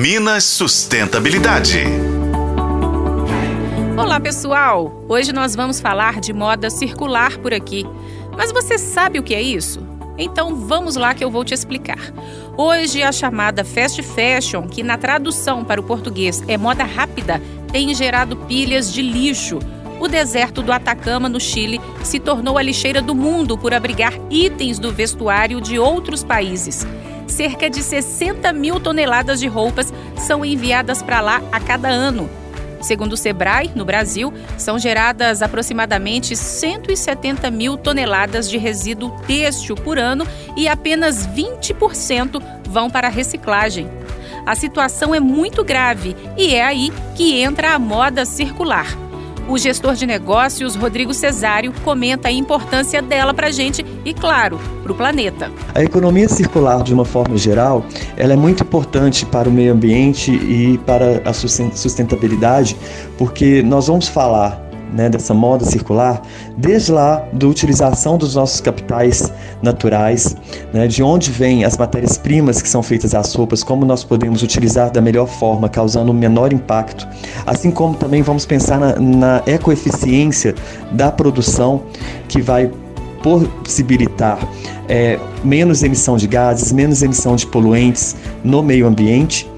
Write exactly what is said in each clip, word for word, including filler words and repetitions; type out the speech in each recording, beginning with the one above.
Minas Sustentabilidade. Olá, pessoal! Hoje nós vamos falar de moda circular por aqui. Mas você sabe o que é isso? Então vamos lá que eu vou te explicar. Hoje a chamada fast fashion, que na tradução para o português é moda rápida, tem gerado pilhas de lixo. O deserto do Atacama, no Chile, se tornou a lixeira do mundo por abrigar itens do vestuário de outros países. Cerca de sessenta mil toneladas de roupas são enviadas para lá a cada ano. Segundo o Sebrae, no Brasil, são geradas aproximadamente cento e setenta mil toneladas de resíduo têxtil por ano e apenas vinte por cento vão para a reciclagem. A situação é muito grave e é aí que entra a moda circular. O gestor de negócios, Rodrigo Cesário, comenta a importância dela para a gente e, claro, para o planeta. A economia circular, de uma forma geral, ela é muito importante para o meio ambiente e para a sustentabilidade, porque nós vamos falar, né, dessa moda circular desde lá da utilização dos nossos capitais naturais, né, de onde vêm as matérias-primas que são feitas as roupas, como nós podemos utilizar da melhor forma, causando o menor impacto, assim como também vamos pensar na, na ecoeficiência da produção, que vai possibilitar é, menos emissão de gases, menos emissão de poluentes no meio ambiente.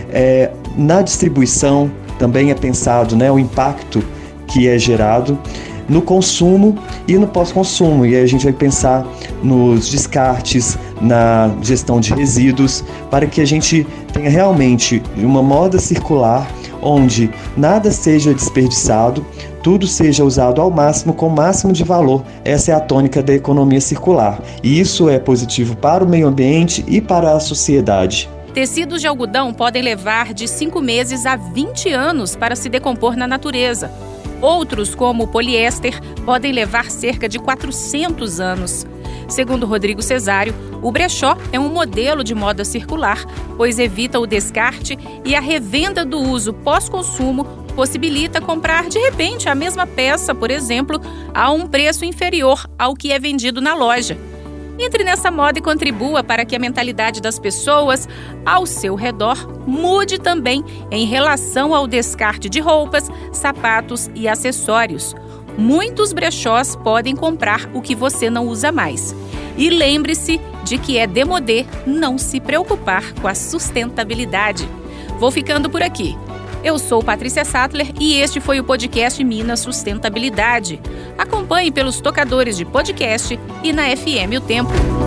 É, na distribuição também é pensado, né, o impacto que é gerado no consumo e no pós-consumo. E aí a gente vai pensar nos descartes, na gestão de resíduos, para que a gente tenha realmente uma moda circular onde nada seja desperdiçado, tudo seja usado ao máximo, com o máximo de valor. Essa é a tônica da economia circular. E isso é positivo para o meio ambiente e para a sociedade. Tecidos de algodão podem levar de cinco meses a vinte anos para se decompor na natureza. Outros, como o poliéster, podem levar cerca de quatrocentos anos. Segundo Rodrigo Cesário, o brechó é um modelo de moda circular, pois evita o descarte e a revenda do uso pós-consumo possibilita comprar de repente a mesma peça, por exemplo, a um preço inferior ao que é vendido na loja. Entre nessa moda e contribua para que a mentalidade das pessoas ao seu redor mude também em relação ao descarte de roupas, sapatos e acessórios. Muitos brechós podem comprar o que você não usa mais. E lembre-se de que é démodé não se preocupar com a sustentabilidade. Vou ficando por aqui. Eu sou Patrícia Sattler e este foi o podcast Minas Sustentabilidade. Acompanhe pelos tocadores de podcast e na F M O Tempo.